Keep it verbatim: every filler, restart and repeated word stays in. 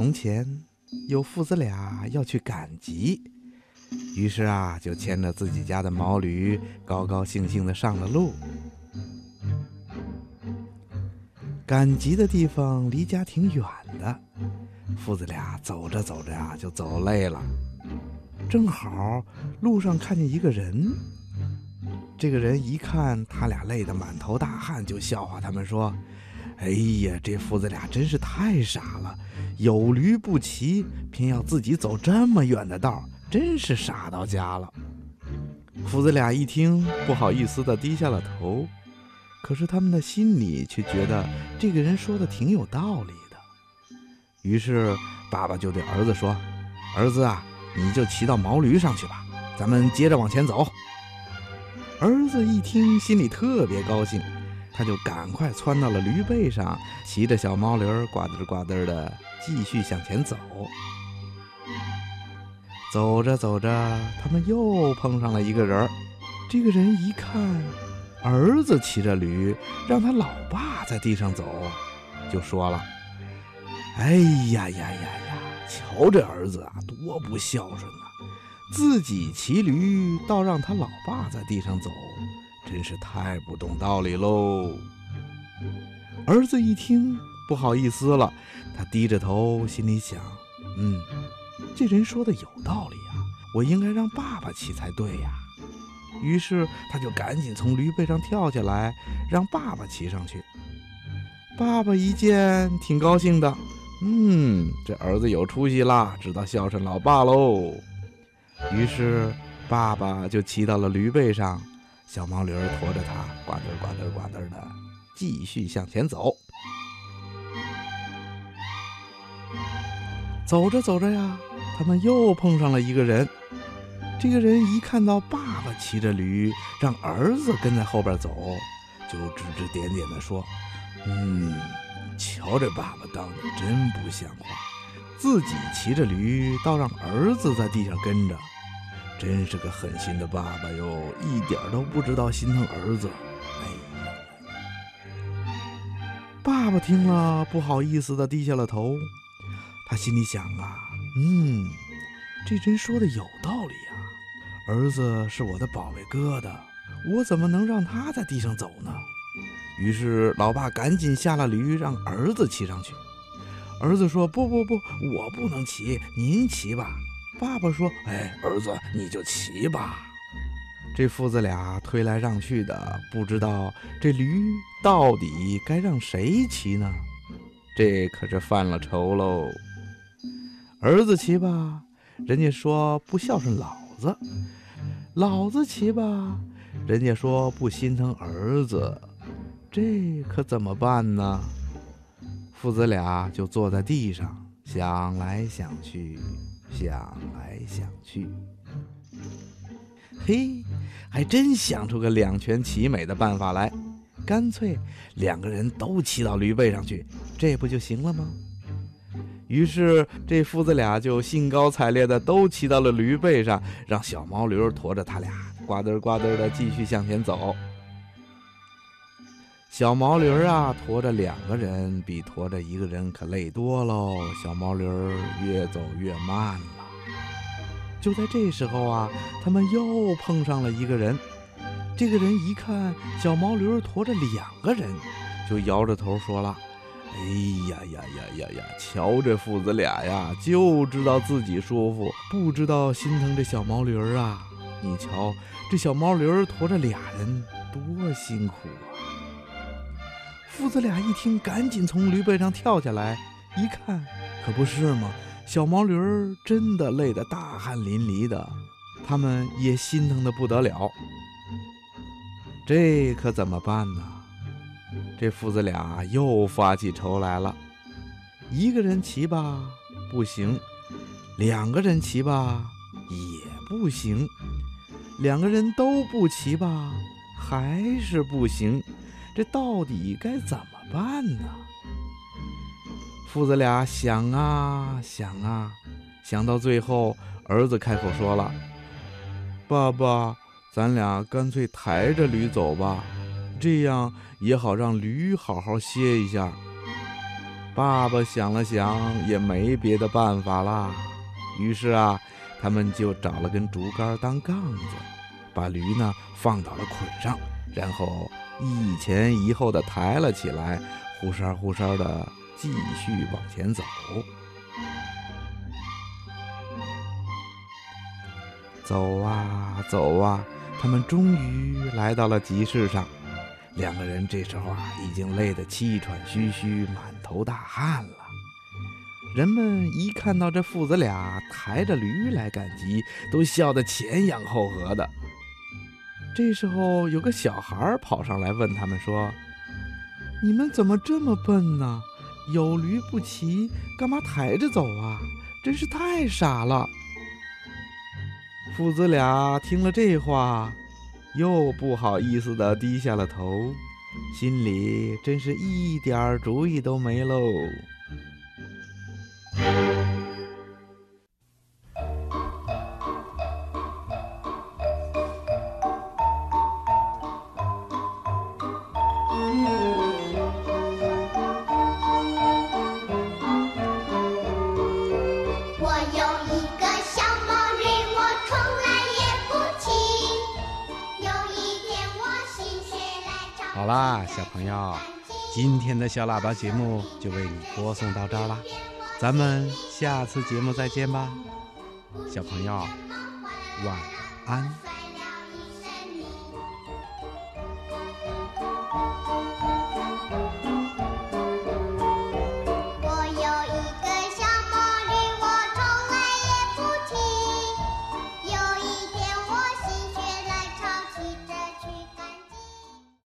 从前有父子俩要去赶集，于是啊，就牵着自己家的毛驴，高高兴兴地上了路。赶集的地方离家挺远的，父子俩走着走着啊，就走累了。正好路上看见一个人，这个人一看他俩累得满头大汗，就笑话他们说：“哎呀，这父子俩真是太傻了，有驴不骑，偏要自己走这么远的道，真是傻到家了。”父子俩一听，不好意思地低下了头，可是他们的心里却觉得这个人说的挺有道理的。于是爸爸就对儿子说：“儿子啊，你就骑到毛驴上去吧，咱们接着往前走。”儿子一听，心里特别高兴，他就赶快窜到了驴背上，骑着小毛驴呱嘚呱嘚的继续向前走。走着走着，他们又碰上了一个人。这个人一看儿子骑着驴，让他老爸在地上走，就说了：“哎呀呀呀呀，瞧这儿子啊，多不孝顺啊！自己骑驴，倒让他老爸在地上走，真是太不懂道理喽。”儿子一听，不好意思了，他低着头，心里想：嗯，这人说的有道理啊，我应该让爸爸骑才对呀。于是他就赶紧从驴背上跳下来，让爸爸骑上去。爸爸一见，挺高兴的，嗯，这儿子有出息啦，知道孝顺老爸喽。于是爸爸就骑到了驴背上，小毛驴驮着他，呱嘚呱嘚呱嘚的继续向前走。走着走着呀，他们又碰上了一个人。这个人一看到爸爸骑着驴，让儿子跟在后边走，就指指点点地说：“嗯，瞧这爸爸当的真不像话，自己骑着驴，倒让儿子在地上跟着，真是个狠心的爸爸哟，一点都不知道心疼儿子。”哎呀，爸爸听了，不好意思地低下了头。他心里想啊，嗯，这人说的有道理啊，儿子是我的宝贝疙瘩，我怎么能让他在地上走呢？于是老爸赶紧下了驴，让儿子骑上去。儿子说：“不不不，我不能骑，您骑吧。”爸爸说：“哎，儿子你就骑吧。”这父子俩推来让去的，不知道这驴到底该让谁骑呢？这可是犯了愁喽。儿子骑吧，人家说不孝顺老子；老子骑吧，人家说不心疼儿子。这可怎么办呢？父子俩就坐在地上，想来想去，想来想去，嘿，还真想出个两全其美的办法来。干脆两个人都骑到驴背上去，这不就行了吗？于是这父子俩就兴高采烈的都骑到了驴背上，让小毛驴驮着他俩呱嘚呱嘚的继续向前走。小毛驴啊，驮着两个人比驮着一个人可累多喽，小毛驴越走越慢了。就在这时候啊，他们又碰上了一个人。这个人一看小毛驴驮着两个人，就摇着头说了：“哎呀呀呀呀呀，瞧这父子俩呀，就知道自己舒服，不知道心疼这小毛驴啊！你瞧这小毛驴驮着俩人，多辛苦啊！”父子俩一听，赶紧从驴背上跳下来，一看，可不是吗？小毛驴真的累得大汗淋漓的，他们也心疼得不得了。这可怎么办呢？这父子俩又发起愁来了。一个人骑吧不行，两个人骑吧也不行，两个人都不骑吧还是不行，这到底该怎么办呢？父子俩想啊想啊，想到最后，儿子开口说了：“爸爸，咱俩干脆抬着驴走吧，这样也好让驴好好歇一下。” 爸爸想了想，也没别的办法啦。于是啊，他们就找了根竹竿当杠子，把驴呢放到了捆上，然后一前一后的抬了起来，呼哨呼哨的继续往前走。走啊走啊，他们终于来到了集市上。两个人这时候啊，已经累得气喘吁吁，满头大汗了。人们一看到这父子俩抬着驴来赶集，都笑得前仰后合的。这时候有个小孩跑上来问他们说：“你们怎么这么笨呢？有驴不骑，干嘛抬着走啊？真是太傻了。”父子俩听了这话，又不好意思地低下了头，心里真是一点主意都没喽。好啦，小朋友，今天的小喇叭节目就为你播送到这儿啦，咱们下次节目再见吧，小朋友，晚安。